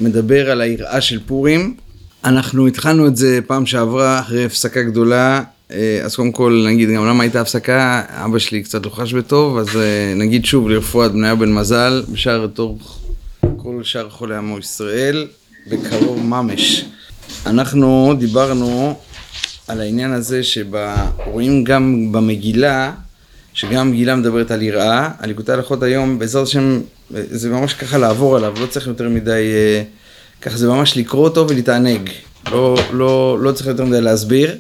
מדבר על היראה של פורים. אנחנו התחלנו את זה פעם שעברה אחרי הפסקה גדולה, אז קודם כל נגיד גם למה הייתה הפסקה, אבא שלי קצת לוחש בטוב, אז נגיד שוב לרפואת בניה בן מזל, בשער טוב כל שאר חולי עמו ישראל, בקרוב ממש. אנחנו דיברנו על העניין הזה שרואים גם במגילה, שגם המגילה מדברת על יראה, הליקוטי הלכות היום, בעזרת השם, זה ממש ככה לעבור עליו, לא צריך יותר מדי, ככה זה ממש לקרוא אותו ולהתענג, לא צריך יותר מדי להסביר.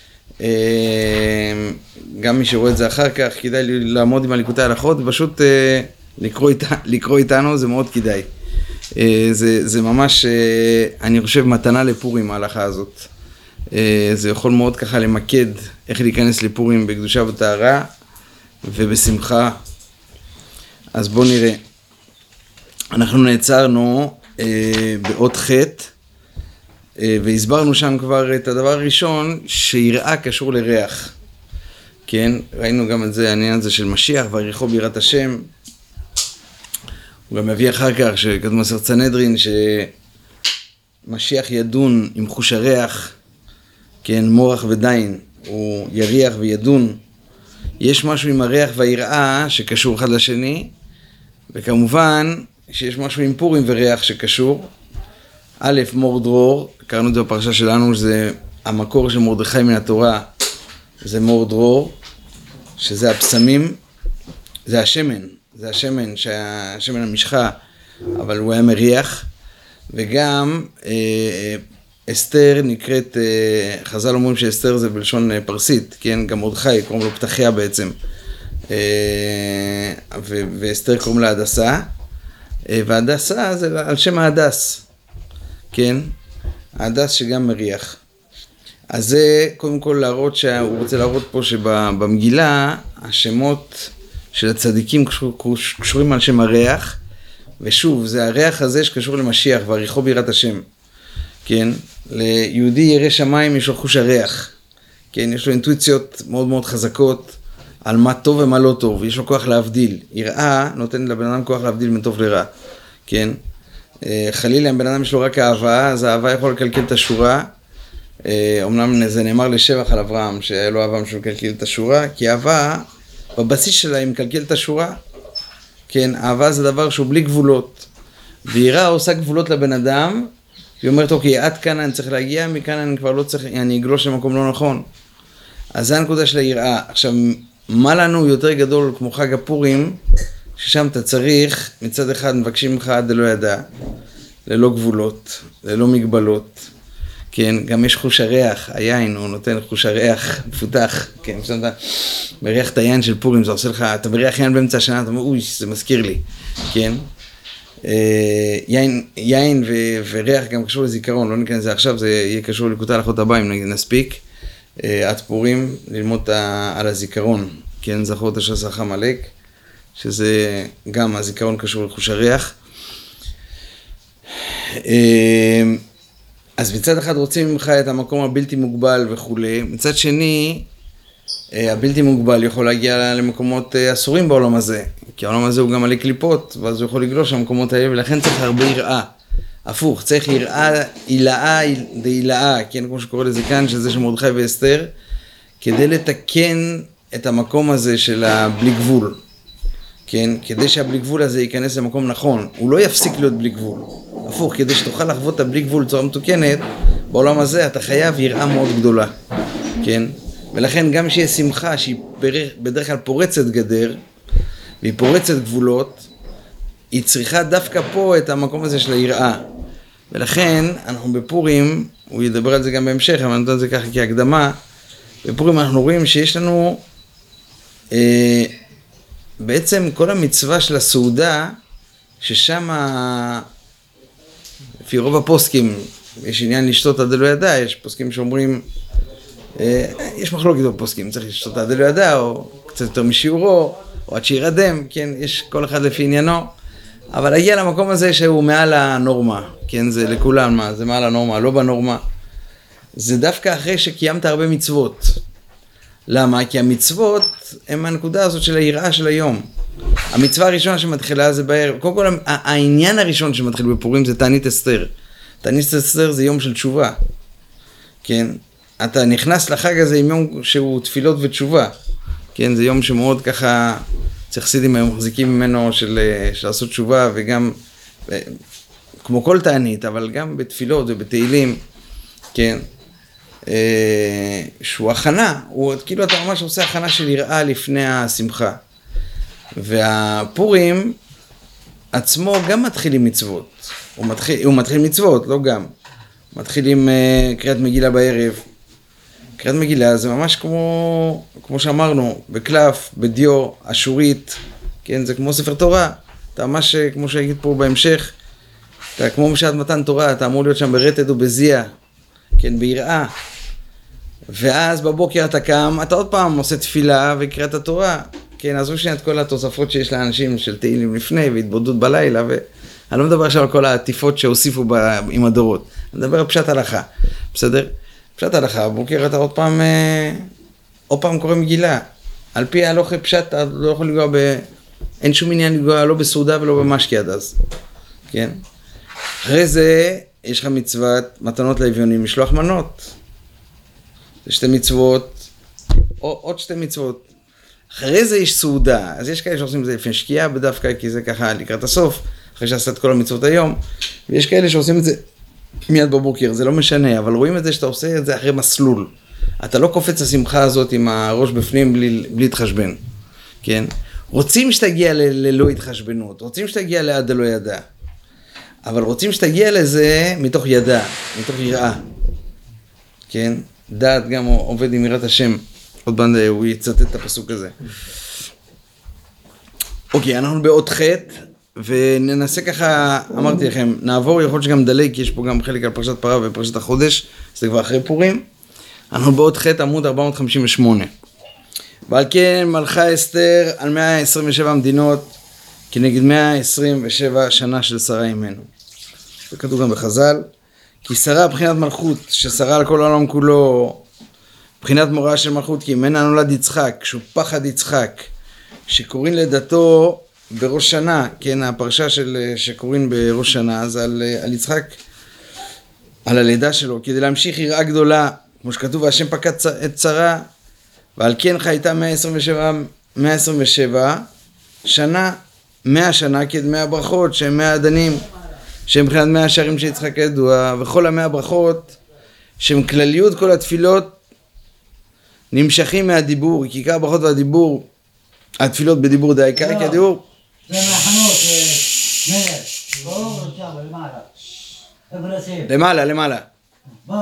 גם מי שרואה את זה אחר כך, כדאי לעמוד עם הליקוטי הלכות, פשוט לקרוא איתנו, זה מאוד כדאי. זה ממש, אני חושב, מתנה לפורים, ההלכה הזאת. זה יכול מאוד ככה למקד איך להיכנס לפורים בקדושה וטהרה ובשמחה. אז בואו נראה. אנחנו נעצרנו באות חטא, והסברנו שם כבר את הדבר הראשון, שיראה קשור לריח. כן, ראינו גם את זה, העניין הזה של משיח, ויריחו ביראת השם. הוא גם מביא אחר כך, שכתוב מסכת סנהדרין, שמשיח ידון עם חוש הריח, כן, מורח ודין, הוא יריח וידון. יש משהו עם הריח והיראה שקשור אחד לשני, וכמובן שיש משהו עם פורים וריח שקשור. א', מור דרור, קראנו את זה בפרשה שלנו, שזה המקור של מרדכי מן התורה, זה מור דרור, שזה הפסמים, זה השמן, השמן המשחה, אבל הוא היה מריח, וגם אסתר נקראת, חז"ל אומרים שאסתר זה בלשון פרסית, כן, גם מרדכי, קוראים לו פתחיה בעצם, ואסתר קוראים לה הדסה, והדסה זה על שם ההדס, כן, ההדס שגם מריח. אז זה קודם כל להראות שהוא רוצה להראות פה שבמגילה השמות של הצדיקים קשורים על שם הריח, ושוב, זה הריח הזה שקשור למשיח, ויריחו ביראת השם, כן? ליהודי ירא שמיים יש לו חוש הריח, כן? יש לו אינטואיציות מאוד מאוד חזקות על מה טוב ומה לא טוב, יש לו כוח להבדיל. יראה נותן לבן אדם כוח להבדיל בין טוב לרע, כן? חלילה, אם בן אדם יש לו רק אהבה, אז האהבה יכול לקלקל את השורה. אמנם זה נאמר לשבח על אברהם, שהיה לו אהבה משהו לקלקל את השורה, כי אהבה, בבסיס שלה היא מקלקל את השורה. כן, אהבה זה דבר שהוא בלי גבולות. ויראה עושה גבולות לבן אדם, היא אומרת, אוקיי, עד כאן אני צריך להגיע, מכאן אני כבר לא צריך, אני אגלוש למקום לא נכון. אז זה הנקודה של היראה. עכשיו, מה לנו יותר גדול כמו חג הפורים, ששם אתה צריך, מצד אחד מבקשים ממך עד לא ידע, ללא גבולות, ללא מגבלות. כן, גם יש חוש הריח, היין, הוא נותן חוש הריח מפותח, כן, פשוט אתה מריח את היין של פורים, זה עושה לך, אתה מריח יין באמצע השנה, אתה אומר, אוי, זה מזכיר לי, כן? יין וריח גם קשור לזיכרון, לא ניכנס לזה עכשיו, זה יהיה קשור לליקוטי הלכות הבא, אם נספיק, עד פורים, ללמוד על הזיכרון, כן, זכור את אשר עשה עמלק, שזה גם הזיכרון קשור לחוש הריח. אז מצד אחד רוצים ממך את המקום הבלתי מוגבל וכו', מצד שני, הבלתי מוגבל יכול להגיע למקומות אסורים בעולם הזה, כי העולם הזה הוא גם מלא קליפות, ואז הוא יכול לגלוש למקומות האלה, ולכן צריך הרבה יראה. הפוך, צריך יראה, הילאה דהילאה, כן, כמו שקורא לזה כאן, שזה של מרדכי ואסתר, כדי לתקן את המקום הזה של הבלי גבול, כן, כדי שהבלי גבול הזה ייכנס למקום נכון, הוא לא יפסיק להיות בלי גבול. הפוך, כדי שתוכל לחוות את הבלי גבול בצורה מתוקנת, בעולם הזה אתה חייב יראה מאוד גדולה, כן? ולכן גם שיהיה שמחה שהיא בדרך כלל פורצת גדר, והיא פורצת גבולות, היא צריכה דווקא פה את המקום הזה של היראה. ולכן אנחנו בפורים, הוא ידבר על זה גם בהמשך, אבל אני נותן את זה ככה כהקדמה, בפורים אנחנו רואים שיש לנו בעצם כל המצווה של הסעודה, ששם לפי רוב הפוסקים, יש עניין לשתות עד לא ידע, יש פוסקים שאומרים, יש מחלוקת בפוסקים, צריך לשתות עד לא ידע, או קצת יותר משיעורו, או עד שירדם, כן, יש כל אחד לפי עניינו, אבל להגיע למקום הזה שהוא מעל הנורמה, כן, זה לכולם, מה, זה מעל הנורמה, לא בנורמה, זה דווקא אחרי שקיימת הרבה מצוות. למה? כי המצוות הם הנקודה הזאת של היראה של היום. המצווה הראשונה שמתחילה זה בערב. קודם כל, העניין הראשון שמתחיל בפורים זה תענית אסתר. תענית אסתר זה יום של תשובה. כן? אתה נכנס לחג הזה עם יום שהוא תפילות ותשובה. כן? זה יום שמאוד ככה, חסידים היום מחזיקים ממנו של לעשות תשובה, וגם, כמו כל תענית, אבל גם בתפילות ובתהילים, כן? שהוא הכנה, כאילו אתה ממש עושה הכנה של יראה לפני השמחה. והפורים עצמו גם מתחיל עם מצוות. הוא מתחיל מצוות, לא גם. מתחיל עם קריאת מגילה בערב. קריאת מגילה זה ממש כמו שאמרנו, בקלף, בדיו, אשורית, כן, זה כמו ספר תורה. אתה ממש, כמו שהגיד פה בהמשך, אתה כמו בשעת מתן תורה, אתה אמור להיות שם ברטד ובזיע, כן, ביראה. ואז בבוקר אתה קם, אתה עוד פעם עושה תפילה וקריאת התורה. כן, עזוב שנייה את כל התוספות שיש לאנשים של תהילים לפני והתבודדות בלילה, ואני לא מדבר עכשיו על כל העטיפות שהוסיפו עם הדורות. אני מדבר על פשט הלכה, בסדר? פשט הלכה, בבוקר אתה עוד פעם קורא מגילה. על פי ההלכה פשט, אתה לא יכול לגוע אין שום עניין לגוע לא בסעודה ולא במשקי עד אז. כן? אחרי זה, יש לך מצוות מתנות לאביונים, משלוח מנות. זה שתי מצוות, עוד שתי מצוות. אחרי זה יש סעודה, אז יש כאלה שעושים את זה לפני שקיעה בדווקא, כי זה ככה לקראת הסוף, אחרי שעשת את כל המצוות היום, ויש כאלה שעושים את זה מיד בבוקר, זה לא משנה, אבל רואים את זה שאתה עושה את זה אחרי מסלול. אתה לא קופץ השמחה הזאת עם הראש בפנים בלי התחשבן, כן? רוצים שתגיע ללא התחשבנות, רוצים שתגיע לעד לא ידע, אבל רוצים שתגיע לזה מתוך ידע, מתוך יראה, כן? דעת גם עובד עם יראת השם. עוד בנד הוא יצטט את הפסוק הזה. אוקיי, אנחנו בעוד חטא, וננסה ככה, אמרתי לכם, נעבור, יכול להיות שגם דלג, כי יש פה גם חלק על פרשת פרה ופרשת החודש, זה כבר אחרי פורים. אנחנו בעוד חטא, עמוד 458. ועל כן מלכה אסתר על 127 מדינות, כנגד 127 שנה של שרה אימנו. זה כתוב גם בחז"ל. כי שרה בחינת מלכות, ששרה על כל העולם כולו, בחינת מוראה של מלכות, כי ממנה נולד יצחק, שהוא פחד יצחק, שקוראים לדתו בראש שנה, כן, הפרשה שקוראים בראש שנה, אז על יצחק, על הלידה שלו, כדי להמשיך יראה גדולה, כמו שכתוב, והשם פקד את שרה, ועל כן חייתה 127 שנה, 100 שנה, כד 100 ברכות, שהם 100 עדנים, שהם מבחינת 100 שערים של יצחק ידוע, וכל 100 ברכות, שהם כלליות כל התפילות, נמשכים מהדיבור, כי עיקר הברכות והדיבור, התפילות בדיבור די עיקר, כי הדיבור... זה מחנות, למעלה, למעלה. בוא,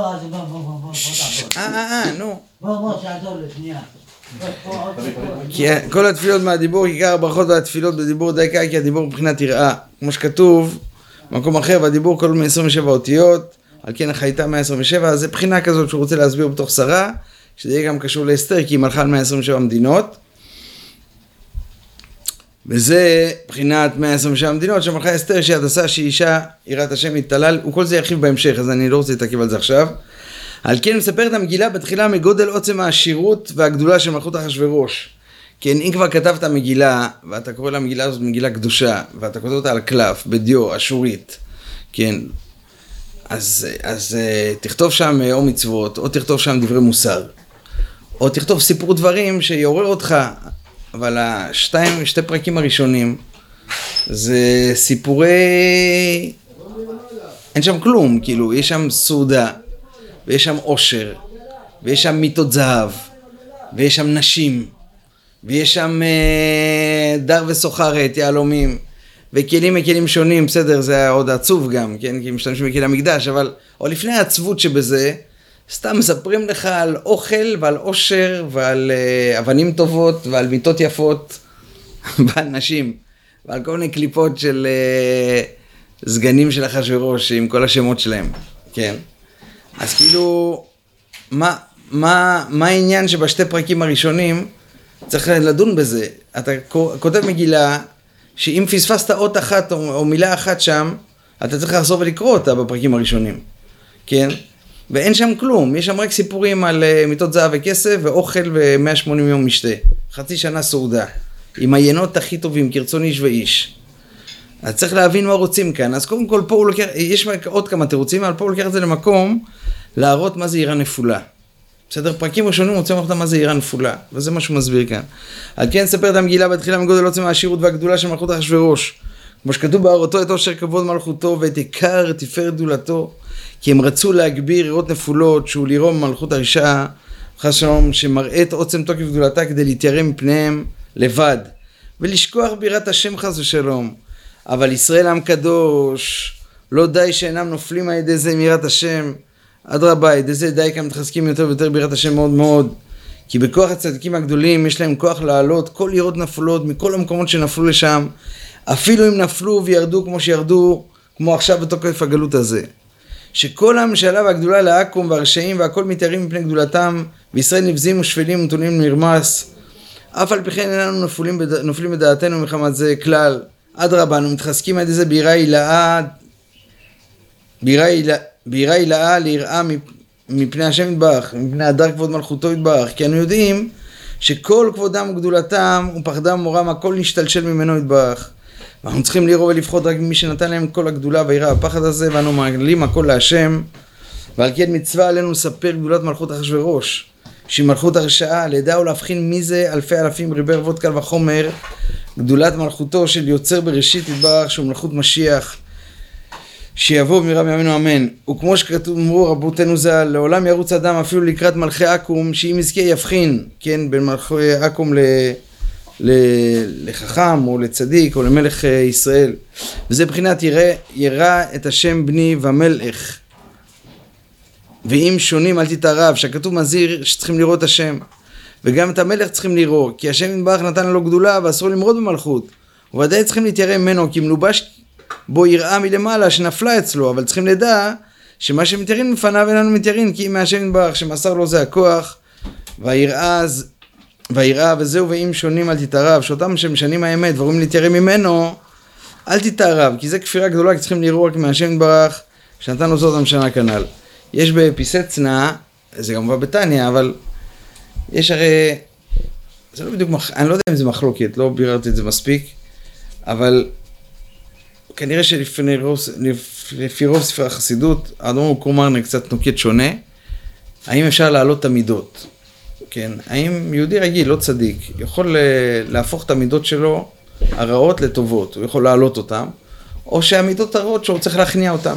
נו. בוא, שעזור לשנייה. כי כל התפילות מהדיבור, עיקר הברכות והתפילות בדיבור די עיקר, כי הדיבור מבחינת יראה. כמו שכתוב, במקום אחר, והדיבור כל 127 אותיות, על כן החייתה 127, אז זה בחינה כזאת שהוא רוצה להסביר בתוך שרה, שזה יהיה גם קשור לאסתר, כי היא מלכה על 127 מדינות. וזה בחינת 127 מדינות, שמלכה אסתר שהיא הדסה שהיא אישה, יראת השם התתלל, וכל זה ירחיב בהמשך, אז אני לא רוצה להתעכב על זה עכשיו. על כן מספרת המגילה בתחילה מגודל עוצם העשירות והגדולה של מלכות אחשוורוש. כן, אם כבר כתבת מגילה, ואתה קורא למגילה הזאת מגילה קדושה, ואתה כותב אותה על קלף, בדיו, אשורית, כן, אז תכתוב שם או מצוות, או תכתוב שם דברי מוסר, או תכתוב סיפור דברים שיעורר אותך, אבל שתי פרקים הראשונים, זה סיפורי... אין שם כלום, כאילו, יש שם סעודה, ויש שם עושר, ויש שם מיטות זהב, ויש שם נשים, ויש שם דר וסוחרת, יהלומים, וכלים מכלים שונים, בסדר, זה עוד עצוב גם, כן? כי משתמשים בכלי המקדש, אבל או לפני העצבות שבזה, סתם מספרים לך על אוכל ועל עושר ועל אבנים טובות ועל מיטות יפות ועל נשים ועל כל מיני קליפות של סגנים של אחשוורוש עם כל השמות שלהם, כן? אז כאילו, מה העניין שבשתי פרקים הראשונים צריך לדון בזה? אתה כותב מגילה שאם פספסת אות אחת או מילה אחת שם, אתה צריך לחזור ולקרוא אותה בפרקים הראשונים, כן? ואין שם כלום, יש שם רק סיפורים על מיטות זהב וכסף ואוכל ו180 יום משתה, חצי שנה סעודה, עם היינות הכי טובים, כרצון איש ואיש. אז צריך להבין מה רוצים כאן. אז קודם כל פה הוא לוקח, יש עוד כמה תירוצים, אבל פה הוא לוקח את זה למקום, להראות מה זה יראה נפולה. בסדר? פרקים ראשונים רוצים לראות מה זה יראה נפולה, וזה מה שהוא מסביר כאן. על כן ספר את המגילה בתחילה מגודל עוצם העשירות והגדולה של מלכות אחשוורוש. כמו שכתוב בהראותו את עושר כבוד מלכותו ואת עיקר תפארת גדולתו, כי הם רצו להגביר יראות נפולות, שהוא לירום מלכות הרשעה, חס שלום, שמראה את עוצם תוקף גדולתה כדי להתיירא מפניהם לבד, ולשכוח בירת השם חס ושלום. אבל ישראל עם קדוש, לא די שאינם נופלים על ידי זה מירת השם, אדרבה, ידי זה די כמה מתחזקים יותר ויותר בירת השם מאוד מאוד, כי בכוח הצדיקים הגדולים יש להם כוח לעלות כל יראות נפולות מכל המקומות שנפלו לשם, אפילו אם נפלו וירדו כמו שירדו, כמו עכשיו בתוקף הגלות הזה. שכל הממשלה והגדולה לעקום והרשעים והכל מתיירים מפני גדולתם, וישראל נבזים ושפלים ונתונים לרמס, אף על פי כן איננו נופלים בדעתנו מחמת זה כלל. אדרבה, אנו מתחזקים על ידי זה ביראה הילאה ליראה מפני השם יתברך, מפני הדר כבוד מלכותו יתברך, כי אנו יודעים שכל כבודם וגדולתם ופחדם ומורם הכל נשתלשל ממנו יתברך. ואנחנו צריכים לראות ולפחות רק מי שנתן להם כל הגדולה והיראה הפחד הזה, ואנו מעלים הכל להשם. ועל כן מצווה עלינו לספר גדולת מלכות אחשוורוש, שהיא מלכות הרשעה, לדע ולהבחין מי זה אלפי אלפים ריבי רבות קל וחומר, גדולת מלכותו של יוצר בראשית יתברך, שהוא מלכות משיח, שיבוא במהרה בימינו אמן. וכמו שכתוב אמרו רבותינו ז"ל, לעולם ירוץ אדם אפילו לקראת מלכי עכו"ם, שאם יזכה יבחין, כן, בין מלכי עכו"ם לחכם או לצדיק או למלך ישראל. וזה בחינת ירא את השם בני ומלך, ואם שונים אל תתערב, שהכתוב מזהיר שצריכים לראות את השם, וגם את המלך צריכים לראות, כי השם יתברך נתן לו גדולה ואסור למרוד במלכות, וודאי צריכים להתיירא ממנו, כי מלובש בו יראה מלמעלה שנפלה אצלו, אבל צריכים לדע שמה שמתיירים לפניו איננו מתיירים, כי אם מהשם יתברך שמסר לו זה הכוח, והיראה וזהו, ואם שונים אל תתערב, שאותם שמשנים האמת ורואים להתיירא ממנו, אל תתערב, כי זה כפירה גדולה, כי צריכים לראות רק מהשם יתברך שנתן לו זאת המשנה כנ"ל. יש בפיסצנה, זה גם בבתניא, אבל יש הרי, זה לא בדיוק, אני לא יודע אם זה מחלוקת, לא ביררתי את זה מספיק, אבל כנראה שלפי רוב ספרי החסידות, האדמו"ר מקומרנה קצת נוקט שונה, האם אפשר להעלות את המידות? כן, האם יהודי רגיל, לא צדיק, יכול להפוך את המידות שלו הרעות לטובות, הוא יכול להעלות אותן, או שהמידות הרעות שהוא צריך להכניע אותן.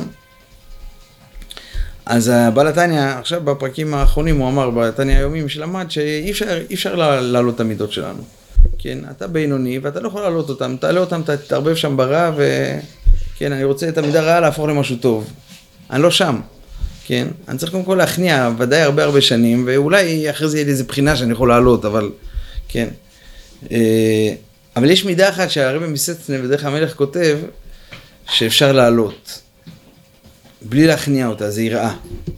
אז בעל התניא, עכשיו בפרקים האחרונים הוא אמר, בעל התניא היומיים שלמד, שאי אפשר להעלות את המידות שלנו. כן, אתה בינוני ואתה לא יכול להעלות אותם, תעלה אותם, תתערבב שם ברע, וכן, אני רוצה את המידה רעה להפוך למשהו טוב. אני לא שם, כן, אני צריך קודם כל להכניע, ודאי הרבה שנים, ואולי אחרי זה יהיה לי איזה בחינה שאני יכול להעלות, אבל, כן. אבל יש מידה אחת שהרבי מסצנה בדרך המלך כותב, שאפשר להעלות. בלי להכניע אותה, זה יראה.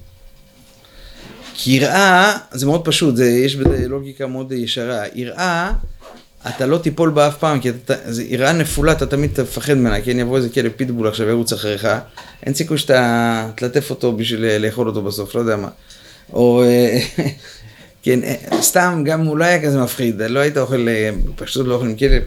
כי יראה, זה מאוד פשוט, יש בזה לוגיקה מאוד ישרה. יראה, אתה לא תיפול בה אף פעם, כי זה יראה נפולה, אתה תמיד תפחד ממנה, כי אני אבוא איזה כלב פיטבול עכשיו, ירוץ אחריך, אין סיכוי שאתה תלטף אותו בשביל לאכול אותו בסוף, לא יודע מה. או, כן, סתם, גם אולי היה כזה מפחיד, לא היית אוכל, פשוט לא אוכל עם כלב.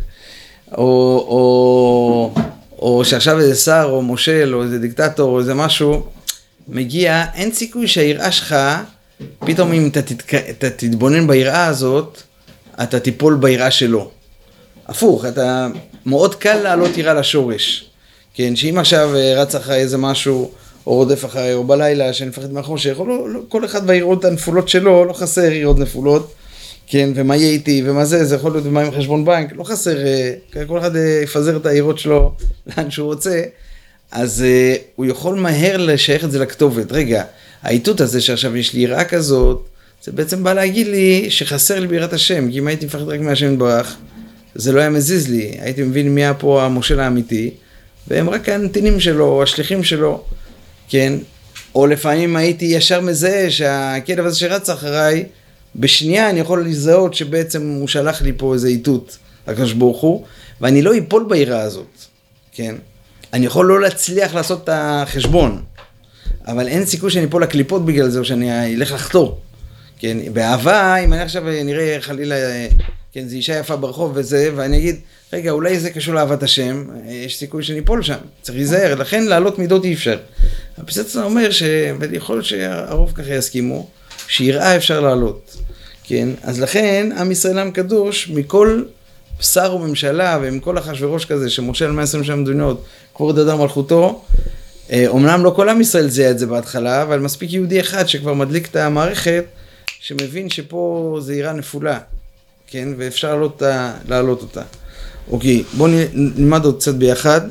או שעכשיו איזה שר או מושל או איזה דיקטטור או איזה משהו מגיע, אין סיכוי שהיראה שלך, פתאום אם אתה תתבונן ביראה הזאת, אתה תיפול ביראה שלו. הפוך, אתה מאוד קל לעלות יראה לשורש. כן, שאם עכשיו רץ אחרי איזה משהו, או רודף אחרי, או בלילה, שאני מפחד מהחושך, או לא, כל אחד ביראות הנפולות שלו, לא חסר יראות נפולות. כן, ומה יהיה איתי, ומה זה יכול להיות ומה עם חשבון בנק, לא חסר, כל אחד יפזר את העירות שלו לאן שהוא רוצה, אז הוא יכול מהר לשייך את זה לכתובת. רגע, האיתות הזה שעכשיו יש לי יראה כזאת, זה בעצם בא להגיד לי שחסר לי ביראת השם, כי אם הייתי מפחד רק מהשם יתברך, זה לא היה מזיז לי, הייתי מבין מי היה פה המושל האמיתי, והם רק הנתינים שלו, או השליחים שלו, כן, או לפעמים הייתי ישר מזהה שהכלב הזה שרץ אחריי, בשנייה אני יכול לזהות שבעצם הוא שלח לי פה איזה איתות, הקדוש ברוך הוא, ואני לא איפול ביראה הזאת, כן? אני יכול לא להצליח לעשות את החשבון, אבל אין סיכוי שאני איפול לקליפות בגלל זה, או שאני אלך לחתור, כן? באהבה, אם אני עכשיו נראה חלילה כן, זו אישה יפה ברחוב וזה, ואני אגיד, רגע, אולי זה קשור לאהבת השם, יש סיכוי שניפול שם, צריך להיזהר, לכן לעלות מידות אי אפשר. הפסצנה אומר ויכול להיות שהרוב ככה יסכימו, שיראה אפשר לעלות, כן? אז לכן, עם ישראל עם קדוש, מכל שר וממשלה, ומכל אחשוורוש כזה, שמושל 127 מדינות, כבוד אדם מלכותו, אומנם לא כל עם ישראל זיהה את זה בהתחלה, אבל מספיק יהודי אחד שכבר מדליק את המערכת, שמבין שפה זה עירה נפולה, כן? ואפשר לעלות אותה. אוקיי, בואו נלמד עוד קצת ביחד.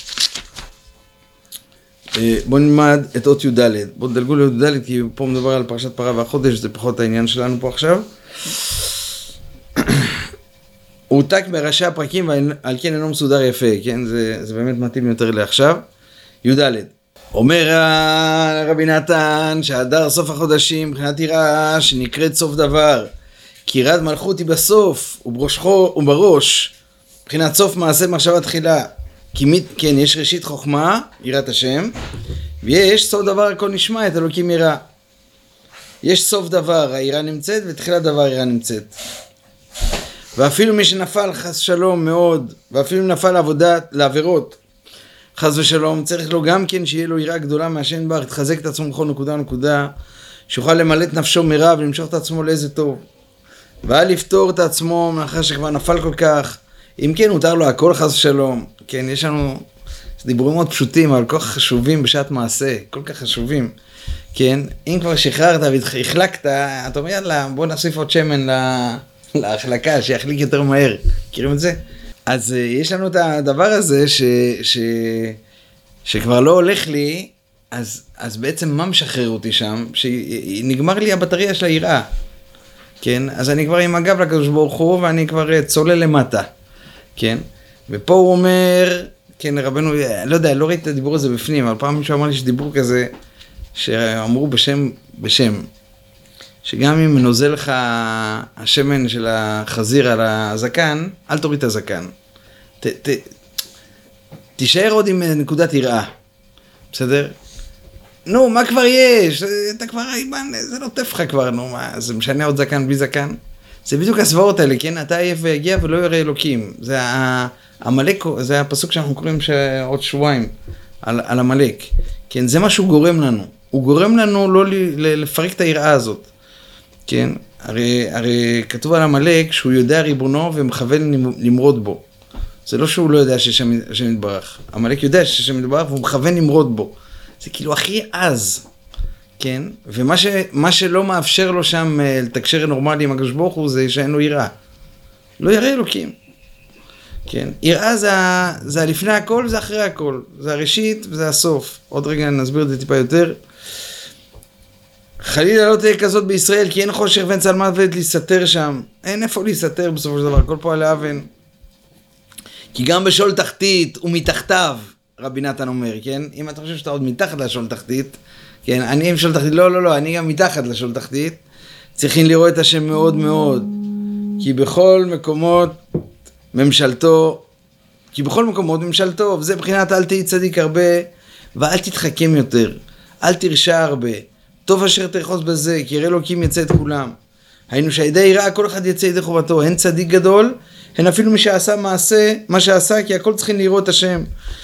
בואו נלמד את אות י"ד. בואו נדלגו לי"ד, כי פה מדובר על פרשת פרה והחודש, זה פחות העניין שלנו פה עכשיו. הוא הועתק בראשי הפרקים, ועל כן אינו מסודר יפה, כן? זה באמת מתאים יותר לעכשיו. י"ד. אומר רבי נתן, שהדר סוף החודשים, מבחינת יראה, שנקראת סוף דבר. כי יראת מלכות היא בסוף, ובראש, מבחינת סוף מעשה מחשבה תחילה. כן, יש ראשית חוכמה, יראת השם, ויש סוף דבר הכל נשמע, את אלוקים יראה. יש סוף דבר, היראה נמצאת, ותחילת דבר היראה נמצאת. ואפילו מי שנפל חס שלום מאוד, ואפילו נפל לעבירות, חס ושלום, צריך לו גם כן שיהיה לו יראה גדולה מהשם בר, תחזק את עצמו בכל נקודה, שיוכל למלא את נפשו מרע ולמשוך את עצמו לאיזה טוב. ואל לפתור את עצמו מאחר שכבר נפל כל כך, אם כן הותר לו הכל חס ושלום. כן, יש לנו דיבורים מאוד פשוטים, אבל כל כך חשובים בשעת מעשה, כל כך חשובים. כן, אם כבר שחררת והחלקת, אתה אומר יאללה, בוא נוסיף עוד שמן להחלקה, שיחליק יותר מהר. מכירים את זה? אז יש לנו את הדבר הזה שכבר לא הולך לי, אז בעצם מה משחרר אותי שם? שנגמר לי הבטריה של היראה. כן, אז אני כבר עם הגב לקדוש ברוך הוא, ואני כבר צולל למטה. כן, ופה הוא אומר, כן, רבנו, לא יודע, לא ראיתי את הדיבור הזה בפנים, אבל פעם מישהו אמר לי שדיבור כזה, שאמרו בשם, שגם אם נוזל לך השמן של החזיר על הזקן, אל תוריד את הזקן. תישאר עוד עם נקודת יראה. בסדר? נו, מה כבר יש? אתה כבר, זה לא טף לך כבר, נו, מה, זה משנה עוד זקן בלי זקן? זה בדיוק הסברות האלה, כן? אתה עייף והגיע ולא יראה אלוקים. זה המלאק, זה הפסוק שאנחנו קוראים עוד שבועיים, על המלאק. כן, זה מה שהוא גורם לנו. הוא גורם לנו לא לפרק את היראה הזאת. כן? הרי כתוב על המלאק שהוא יודע ריבונו ומכוון למרוד בו. זה לא שהוא לא יודע שהשם יתברך. המלאק יודע שהשם יתברך והוא מכוון למרוד בו. זה כאילו הכי עז. כן? ומה שלא מאפשר לו שם לתקשר נורמלי עם הקדוש ברוך הוא זה שאין לו יראה. לא יראה אלוקים. כן? יראה זה לפני הכל, זה אחרי הכל. זה הראשית וזה הסוף. עוד רגע נסביר את זה טיפה יותר. חלילה לא תהיה כזאת בישראל, כי אין חושך ואין צלמת ועת להסתתר שם. אין איפה להסתתר בסופו של דבר, כל פועל לאבן. כי גם בשול תחתית ומתחתיו, רבי נתן אומר, כן? אם אתה חושב שאתה עוד מתחת לשול תחתית, כן, אני עם שול תחתית, לא, אני גם מתחת לשול תחתית, צריכים לראות את השם מאוד מאוד, כי בכל מקומות ממשלתו, וזה בחינת אל תהי צדיק הרבה, ואל תתחכם יותר, אל תרשע הרבה, טוב אשר תרחוץ בזה, כי יראה אלוקים יצא את כולם. היינו שהידי יראה כל אחד יצא ידי חובתו, הן צדיק גדול, הן אפילו מי שעשה מעשה, מה שעשה, כי הכל צריכים לראות את השם.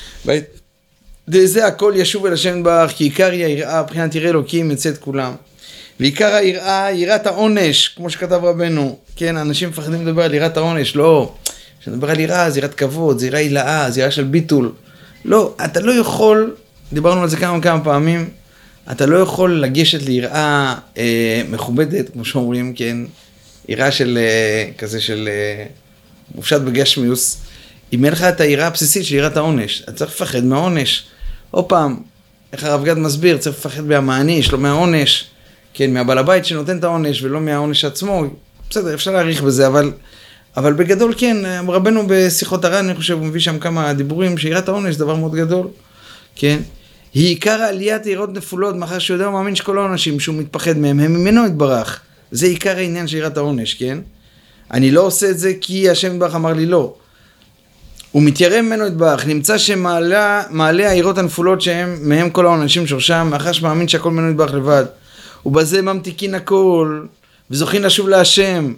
וזה הכל ישוב אל השם ברך, כי עיקר היא היראה, מבחינת יראה אלוקים יצא את כולם. ועיקר היראה, יראת העונש, כמו שכתב רבנו. כן, אנשים מפחדים לדבר על יראת העונש, לא. כשנדבר על יראה, זה יראת כבוד, זה יראה הילאה, זה יראה של ביטול. לא, אתה לא יכול, דיברנו על זה כמה פעמים, אתה לא יכול לגשת ליראה מכובדת, כמו שאומרים, כן, יראה של כזה של מופשט בגשמיוס, אם אין לך את היראה הבסיסית של יראת העונש, אתה צריך לפחד מהעונש. עוד פעם, איך הרב גד מסביר, צריך לפחד מהמעניש, לא מהעונש, כן, מהבעל הבית שנותן את העונש ולא מהעונש עצמו, בסדר, אפשר להעריך בזה, אבל בגדול כן, רבנו בשיחות הר"ן, אני חושב, הוא מביא שם כמה דיבורים, שיראת העונש זה דבר מאוד גדול, כן, היא עיקר העליית יראות נפולות, מאחר שהוא יודע ומאמין שכל האנשים שהוא מתפחד מהם, הם ממנו יתברך. זה עיקר העניין של יראת העונש, כן? אני לא עושה את זה כי השם יתברך אמר לי לא. הוא מתיירא ממנו יתברך, נמצא שמעלה היראות הנפולות שהם, מהם כל האנשים שורשם, מאחר שמאמין שהכל ממנו יתברך לבד. ובזה ממתיקין הכל, וזוכין לשוב להשם.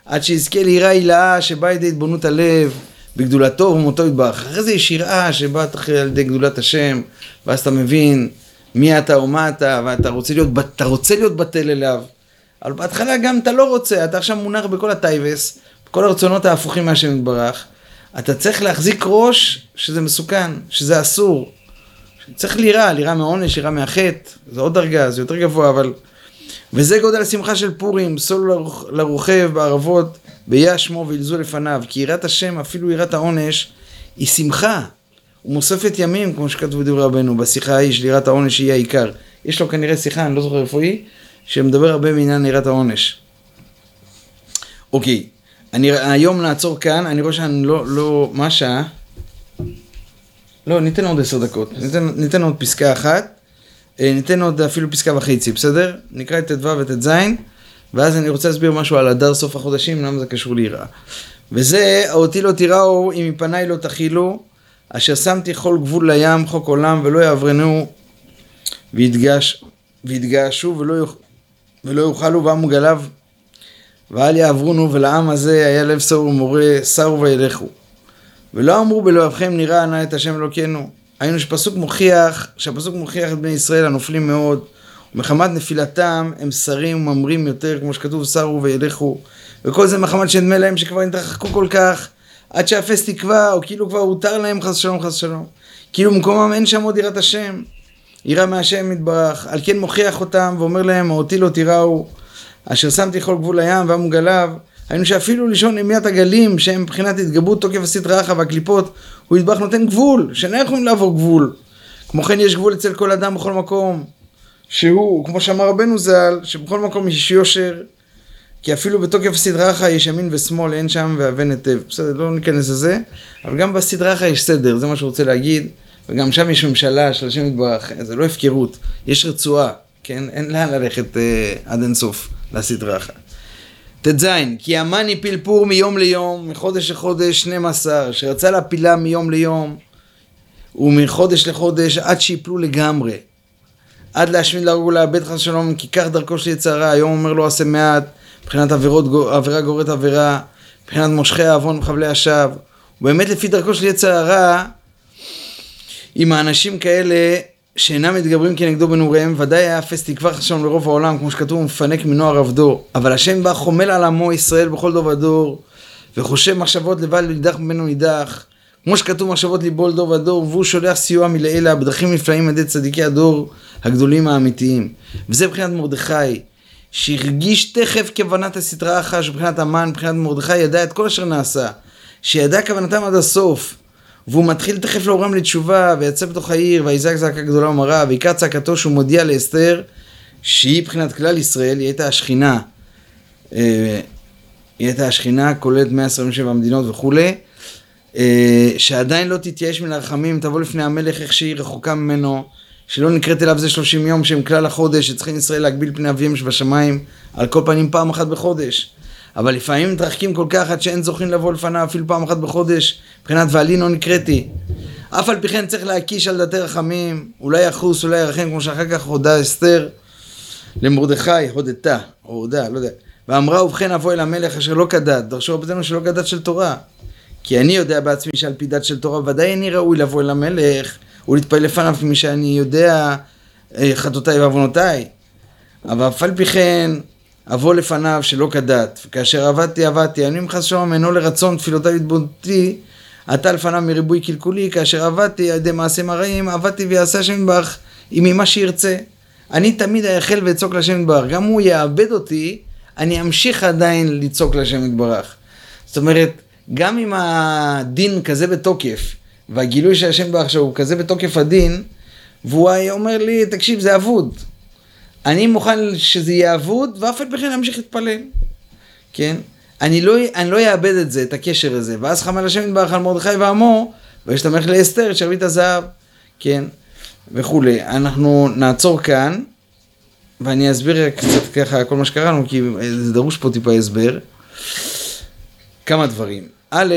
עד שיזכה ליראה הילאה שבאה ידי התבוננות הלב, בגדולתו ומותו יתברך. אחרי זה יש יראה שבאה על ידי גדולת השם, ואז אתה מבין מי אתה ומה אתה, ואתה רוצה להיות בטל אליו. אבל בהתחלה גם אתה לא רוצה, אתה עכשיו מונח בכל הטייבס, בכל הרצונות ההפוכים מהשם יתברך. אתה צריך להחזיק ראש שזה מסוכן, שזה אסור. צריך ליראה מעונש, ליראה מהחטא, זה עוד דרגה, זה יותר גבוה, אבל... וזה גודל השמחה של פורים, סול לרוכב בערבות, ביה שמו וילזו לפניו, כי יראת השם, אפילו יראת העונש, היא שמחה, ומוספת ימים, כמו שכתבו דברי רבנו, בשיחה ההיא של יראת העונש יהיה העיקר. יש לו כנראה שיחה, אני לא זוכר איפה היא, שמדבר הרבה בעניין יראת העונש. אוקיי, היום נעצור כאן, אני רואה שאני מה השעה? לא, ניתן עוד 10 דקות, ניתן עוד פסקה אחת, ניתן עוד אפילו פסקה וחצי, בסדר? נקרא את ט"ו ואת ז', ואז אני רוצה להסביר משהו על הדר סוף החודשים, למה זה קשור ליראה. וזה, אותי לא תיראו, אם מפניי לא תחילו, אשר שמתי כל גבול לים, חוק עולם, ולא יעברנו, ויתגעשו, ולא יאכלו ועמו גליו, ואל יעברונו, ולעם הזה היה לב סור ומורה, סרו וילכו. ולא אמרו בלבבכם נראה נא את השם אלוקינו. היינו שהפסוק מוכיח את בני ישראל הנופלים מאוד, ומחמת נפילתם הם שרים וממרים יותר, כמו שכתוב שרו וילכו, וכל זה מחמת שנדמה להם שכבר נתרחקו כל כך, עד שהאפס תקווה, או כאילו כבר הותר להם חס שלום. כאילו במקומם אין שם עוד יראת השם, יראה מהשם יתברך, על כן מוכיח אותם ואומר להם, אותי לא תיראו, אשר שמתי כל גבול לים ועמו גליו, היינו שאפילו לישון ימיית הגלים, שהם מבחינת התגברות תוקף הסטרא אחרא והקליפות, הוא יתברך נותן גבול, שאיננו יכולים לעבור גבול. כמו כן יש גבול אצל כל אדם בכל מקום, שהוא, כמו שאמר רבנו ז"ל, שבכל מקום יש יושר, כי אפילו בתוקף הסטרא אחרא יש ימין ושמאל, אין שם ואבן היטב. בסדר, לא ניכנס לזה, אבל גם בסטרא אחרא יש סדר, זה מה שהוא רוצה להגיד, וגם שם יש ממשלה של השם יתברך, זה לא הפקרות, יש רצועה, כן? אין לאן ללכת עד אינסוף לסטרא אחרא. תז, כי המן יפיל פור מיום ליום, מחודש לחודש 12, שרצה להפילה מיום ליום, ומחודש לחודש, עד שיפלו לגמרי. עד להשמיד להרוג ולאבד חס שלום, כי כך דרכו של יצר הרע, היום אומר לו עשה מעט, מבחינת עבירה גוררת עבירה, מבחינת מושכי העוון וחבלי השווא, ובאמת לפי דרכו של יצר הרע, עם האנשים כאלה, שאינם מתגברים כנגדו בנעוריהם, ודאי היה אפס תקווה חס שלום לרוב העולם, כמו שכתוב, מפנק מנוער עבדו. אבל השם בא חומל על עמו ישראל בכל דור ודור, וחושב מחשבות לבד לידך ממנו נידח, כמו שכתוב מחשבות ליבו לדור ודור, והוא שולח סיוע מלאלה, בדרכים נפלאים על ידי צדיקי הדור הגדולים האמיתיים. וזה מבחינת מרדכי, שהרגיש תכף כוונת הסטרא אחרא, שבחינת המן, מבחינת מרדכי, ידע את כל אשר נעשה, שידע כוונתם עד הסוף. והוא מתחיל תכף לעורם לתשובה, ויצא בתוך העיר, ויזעק זעקה גדולה ומרה, ועיקר צעקתו שהוא מודיע לאסתר, שהיא מבחינת כלל ישראל, היא הייתה השכינה, כוללת 127 מדינות וכו', שעדיין לא תתייאש מן הרחמים, תבוא לפני המלך איך שהיא רחוקה ממנו, שלא נקראת אליו זה 30 יום שהם כלל החודש, שצריכים ישראל להגביל פני אביהם שבשמיים, על כל פנים פעם אחת בחודש. אבל לפעמים מתרחקים כל כך עד שאין זוכים לבוא לפניו אפילו פעם אחת בחודש, מבחינת ועלין לא נקראתי. אף על פי כן צריך להקיש על דתי רחמים, אולי יחוס, אולי ירחם, כמו שאחר כך הודה אסתר למרדכי, הודתה, או הודה, לא יודע. ואמרה, ובכן אבוא אל המלך אשר לא כדת, דרשו רבותינו שלא כדת של תורה. כי אני יודע בעצמי שעל פי דת של תורה, ודאי איני ראוי לבוא אל המלך, ולהתפעל לפניו כמי שאני יודע חטאותיי ועוונותיי. אבל אף על פי כן, אבוא לפניו שלא כדת, וכאשר עבדתי, אני מחס שלום אינו לרצון תפילותיי התבונתי, עתה לפניו מריבוי קלקולי, כאשר עבדתי על ידי מעשים הרעים, עבדתי ויעשה השם יתברך עם מה שירצה. אני תמיד אייחל ואצוק לשם יתברך, גם הוא יאבד אותי, אני אמשיך עדיין לצוק לשם יתברך. זאת אומרת, גם אם הדין כזה בתוקף, והגילוי של השם יתברך שהוא כזה בתוקף הדין, והוא אומר לי, תקשיב, זה אבוד. אני מוכן שזה יהיה אבוד, ואף על פי כן אמשיך להתפלל. כן? אני לא אאבד את זה, את הקשר הזה. ואז חמל השם יתברך על מרדכי ועמו, וישתמך לאסתר, את שרביט הזהב. כן? וכולי. אנחנו נעצור כאן, ואני אסביר קצת ככה כל מה שקראנו, כי זה דרוש פה טיפה הסבר. כמה דברים. א',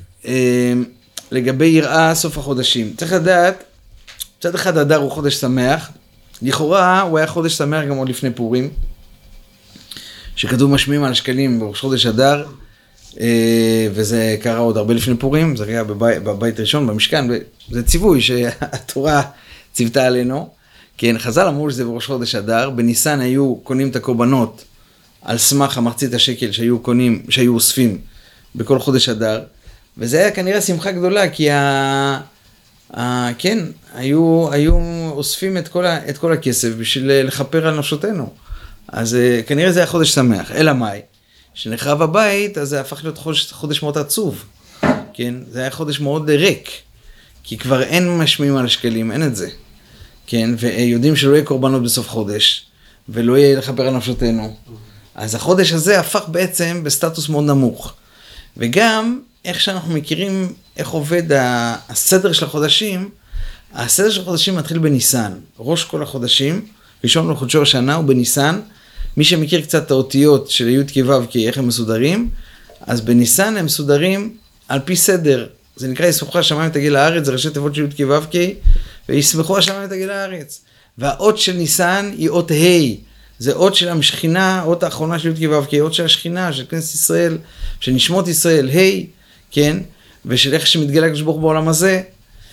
לגבי יראה סוף החודשים. צריך לדעת, מצד אחד אדר הוא חודש שמח, לכאורה הוא היה חודש שמח גם עוד לפני פורים, שכתוב משמיעים על השקלים בראש חודש אדר, וזה קרה עוד הרבה לפני פורים, זה היה בבית ראשון, במשכן, זה ציווי שהתורה ציוותה עלינו, כן, חז"ל אמרו שזה בראש חודש אדר, בניסן היו קונים את הקורבנות על סמך המחצית השקל שהיו אוספים בכל חודש אדר, וזה היה כנראה שמחה גדולה, כי כן, היו אוספים את כל הכסף בשביל לכפר על נפשותנו. אז כנראה זה היה חודש שמח. אלא מאי? כשנחרב הבית, אז זה הפך להיות חודש מאוד עצוב. כן? זה היה חודש מאוד ריק. כי כבר אין משמיעים על השקלים, אין את זה. כן? ויודעים שלא יהיה קורבנות בסוף חודש, ולא יהיה לכפר על נפשותנו. אז החודש הזה הפך בעצם בסטטוס מאוד נמוך. וגם, איך שאנחנו מכירים, איך עובד הסדר של החודשים, הסדר של החודשים מתחיל בניסן. ראש כל החודשים, ראשון לחודשו השנה הוא בניסן. מי שמכיר קצת את האותיות של י' כ' ו' כ', איך הם מסודרים, אז בניסן הם מסודרים על פי סדר. זה נקרא ישמחו השמיים תגיע לארץ, זה ראשי תיבות של י' כ' ו' כ', וישמחו השמיים תגיע לארץ. והאות של ניסן היא אות ה', זה אות של המשכינה, אות האחרונה של י' כ' ו' כ', אות של השכינה, של כנסת ישראל, של נשמות ישראל, ה', כן, ושל איך שמתגלה הקדוש ברוך הוא בעולם הזה.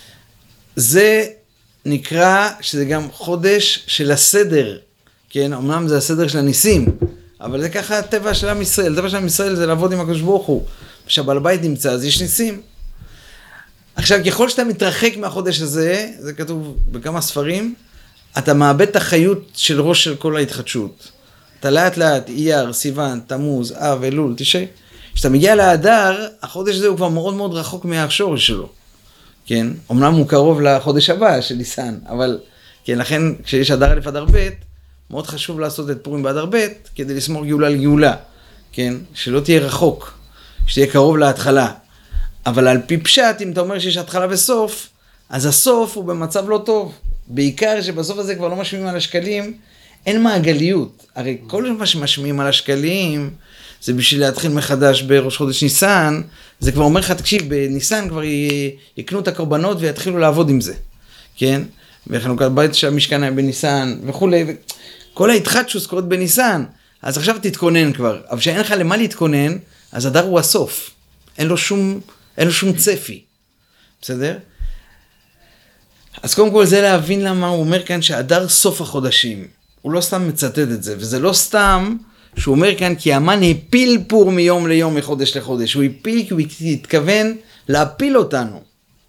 זה נקרא שזה גם חודש של הסדר, כן, אמנם זה הסדר של הניסים, אבל זה ככה הטבע של עם ישראל. הטבע של עם ישראל זה לעבוד עם הקדוש ברוך הוא. כשהבעל הבית נמצא, אז יש ניסים. עכשיו, ככל שאתה מתרחק מהחודש הזה, זה כתוב בכמה ספרים, אתה מאבד את החיות של ראש של כל ההתחדשות. אתה לאט לאט, אייר, סיוון, תמוז, אב, אלול, תשעי. כשאתה מגיע לאדר, החודש הזה הוא כבר מאוד מאוד רחוק מהשורש שלו. כן, אמנם הוא קרוב לחודש הבא של ניסן, אבל כן, לכן כשיש אדר א' אדר ב', מאוד חשוב לעשות את פורים באדר ב' כדי לשמור גאולה לגאולה, כן, שלא תהיה רחוק, שתהיה קרוב להתחלה. אבל על פי פשט, אם אתה אומר שיש התחלה וסוף, אז הסוף הוא במצב לא טוב. בעיקר שבסוף הזה כבר לא משמיעים על השקלים, אין מעגליות. הרי כל מה שמשמיעים על השקלים, זה בשביל להתחיל מחדש בראש חודש ניסן, זה כבר אומר לך, תקשיב, בניסן כבר יקנו את הקורבנות ויתחילו לעבוד עם זה, כן? וחנוכת בית שהמשכן היה בניסן וכולי, כל ההתחדשות קורית בניסן, אז עכשיו תתכונן כבר, אבל שאין לך למה להתכונן, אז אדר הוא הסוף, אין לו שום צפי, בסדר? אז קודם כל זה להבין למה הוא אומר כאן שאדר סוף החודשים, הוא לא סתם מצטט את זה, וזה לא סתם שהוא אומר כאן כי המן הפיל פור מיום ליום מחודש לחודש, הוא הפיל כי הוא התכוון להפיל אותנו.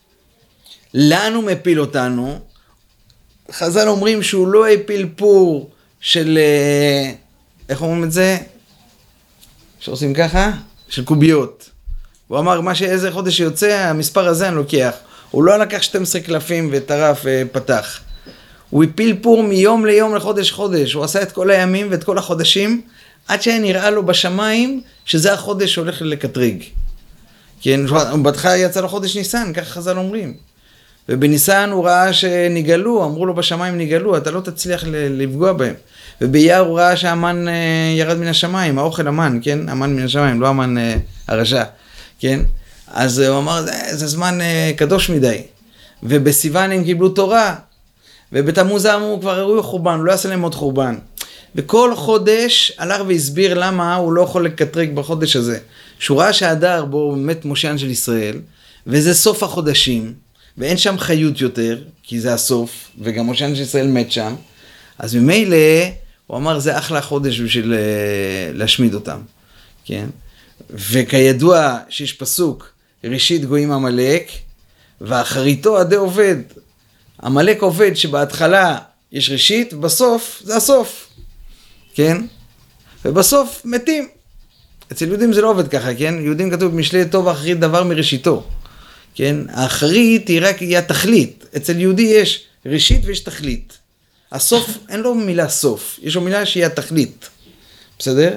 לאן הוא מפיל אותנו? חז"ל אומרים שהוא לא הפיל פור של, איך אומרים את זה? שעושים ככה? של קוביות. הוא אמר, איזה חודש שיוצא, המספר הזה אני לוקח. הוא לא לקח 12 קלפים וטרף ופתח. הוא הפיל פור מיום ליום לחודש חודש. הוא עשה את כל הימים ואת כל החודשים, עד שהיה נראה לו בשמיים שזה החודש שהולך לקטרג. כן, בהתחלה יצא לו חודש ניסן, ככה חז"ל אומרים. ובניסן הוא ראה שניגלו, אמרו לו בשמיים ניגלו, אתה לא תצליח לפגוע בהם. ובאייר הוא ראה שהמן ירד מן השמיים, האוכל המן, כן? המן מן השמיים, לא המן הרשע, כן? אז הוא אמר, זה זמן קדוש מדי. ובסיוון הם קיבלו תורה, ובתמוז אמרו, כבר הראו חורבן, הוא לא יעשה להם עוד חורבן. וכל חודש הלך והסביר למה הוא לא יכול לקטרג בחודש הזה. שהוא ראה שהאדר בו מת מושיען של ישראל, וזה סוף החודשים, ואין שם חיות יותר, כי זה הסוף, וגם מושיען של ישראל מת שם, אז ממילא הוא אמר, זה אחלה חודש בשביל להשמיד אותם, כן? וכידוע שיש פסוק, ראשית גויים עמלק, ואחריתו עדי עובד. עמלק עובד שבהתחלה יש ראשית, ובסוף זה הסוף, כן? ובסוף מתים. אצל יהודים זה לא עובד ככה, כן? יהודים כתוב משלי טוב אחרית דבר מראשיתו, כן? האחרית היא רק התכלית. אצל יהודי יש ראשית ויש תכלית. הסוף, אין לו מילה סוף, יש לו מילה שהיא התכלית, בסדר?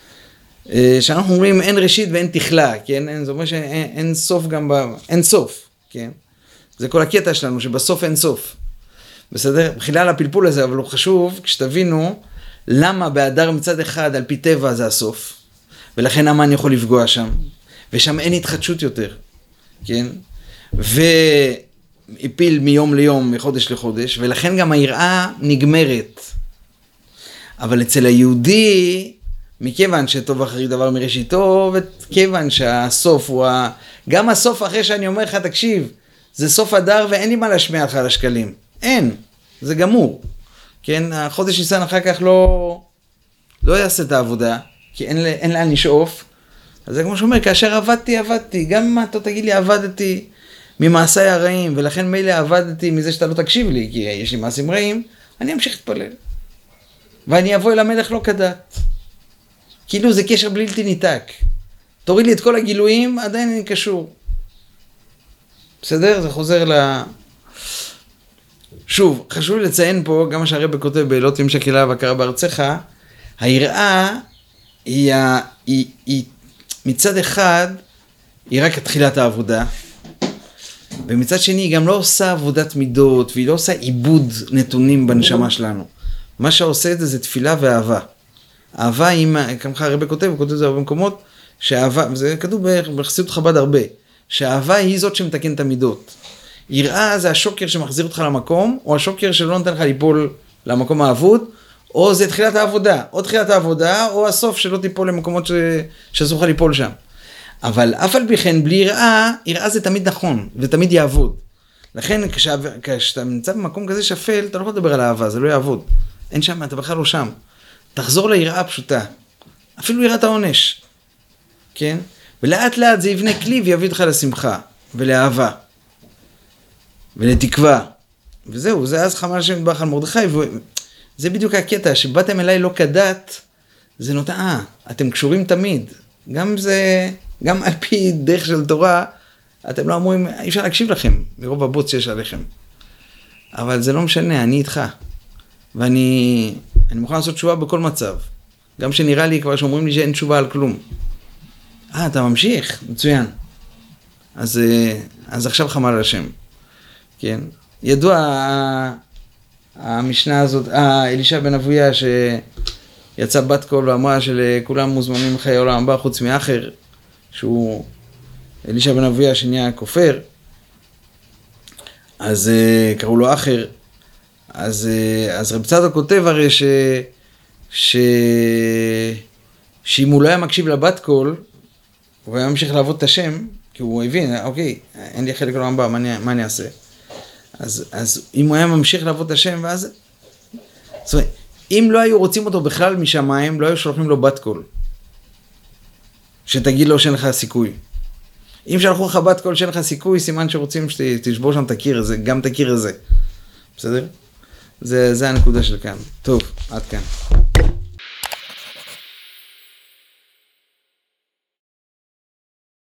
שאנחנו אומרים אין ראשית ואין תכלה, כן? זה אומר שאין סוף גם אין סוף, כן? זה כל הקטע שלנו, שבסוף אין סוף, בסדר? בכלל הפלפול הזה, אבל הוא חשוב, כשתבינו למה באדר מצד אחד על פי טבע זה הסוף, ולכן המן יכול לפגוע שם, ושם אין התחדשות יותר, כן? והפיל מיום ליום, מחודש לחודש, ולכן גם היראה נגמרת. אבל אצל היהודי, מכיוון שטוב אחרי דבר מראשיתו, וכיוון שהסוף הוא גם הסוף אחרי שאני אומר לך, תקשיב, זה סוף הדר ואין לי מה להשמיע לך על השקלים. אין, זה גמור. כן, החודש ניסן אחר כך לא יעשה את העבודה, כי אין לאן לשאוף. אז זה כמו שאומר, כאשר עבדתי, גם אם אתה תגיד לי עבדתי ממעשיי הרעים, ולכן מילא עבדתי מזה שאתה לא תקשיב לי, כי יש לי מעשים רעים, אני אמשיך להתפלל. ואני אבוא אל המלך לא כדת. כאילו זה קשר בלתי ניתק. תוריד לי את כל הגילויים, עדיין אני קשור. בסדר? זה חוזר שוב, חשוב לי לציין פה, גם מה שהרבא כותב בלא תמשק אליו והכרה בארצך, היראה היא מצד אחד, היא רק תחילת העבודה, ומצד שני היא גם לא עושה עבודת מידות, והיא לא עושה עיבוד נתונים בנשמה שלנו. מה שעושה את זה זה תפילה ואהבה. אהבה היא, כמוך הרבא כותב, הוא כותב את זה הרבה מקומות, שאהבה, וזה כתוב בחסידות חב"ד הרבה, שהאהבה היא זאת שמתקן את המידות. יראה זה השוקר שמחזיר אותך למקום, או השוקר שלא נותן לך ליפול למקום האבוד, או זה תחילת העבודה, או תחילת העבודה, או הסוף שלא תיפול למקומות שאסור לך ליפול שם. אבל אף על פי כן, בלי יראה זה תמיד נכון, ותמיד יעבוד. לכן, כשאתה נמצא במקום כזה שפל, אתה לא יכול לדבר על האהבה, זה לא יעבוד. אין שם, אתה בכלל לא שם. תחזור ליראה הפשוטה. אפילו יראת העונש. כן? ולאט לאט זה יבנה כלי ויביא אותך לשמחה, ולאהבה, ולתקווה. וזהו, זה אז חמל השם יתברך על מרדכי, וזה בדיוק הקטע, שבאתם אליי לא כדת, זה נותן, אתם קשורים תמיד. גם על פי דרך של תורה, אתם לא אמורים, אי אפשר להקשיב לכם, מרוב הבוץ שיש עליכם. אבל זה לא משנה, אני איתך. ואני מוכן לעשות תשובה בכל מצב. גם שנראה לי כבר שאומרים לי שאין תשובה על כלום. אתה ממשיך? מצוין. אז עכשיו חמל על השם. כן? ידוע המשנה הזאת, אלישע בן אבויה שיצא בת קול ואמרה שלכולם מוזמנים לחיי העולם הבא חוץ מאחר, שהוא אלישע בן אבויה שנהיה כופר, אז קראו לו אחר. אז רב צדוק כותב הרי שאם הוא לא היה מקשיב לבת קול, הוא היה ממשיך לעבוד את השם, כי הוא הבין, אוקיי, אין לי חלק לעולם הבא, מה אני אעשה? אז אם הוא היה ממשיך לעבוד את השם, ואז... זאת אומרת, אם לא היו רוצים אותו בכלל משמיים, לא היו שולחים לו בת קול. שתגיד לו שאין לך סיכוי. אם שלחו לך בת קול שאין לך סיכוי, סימן שרוצים שתשבור שם את הקיר הזה, גם את הקיר הזה. בסדר? זה הנקודה של כאן. טוב, עד כאן.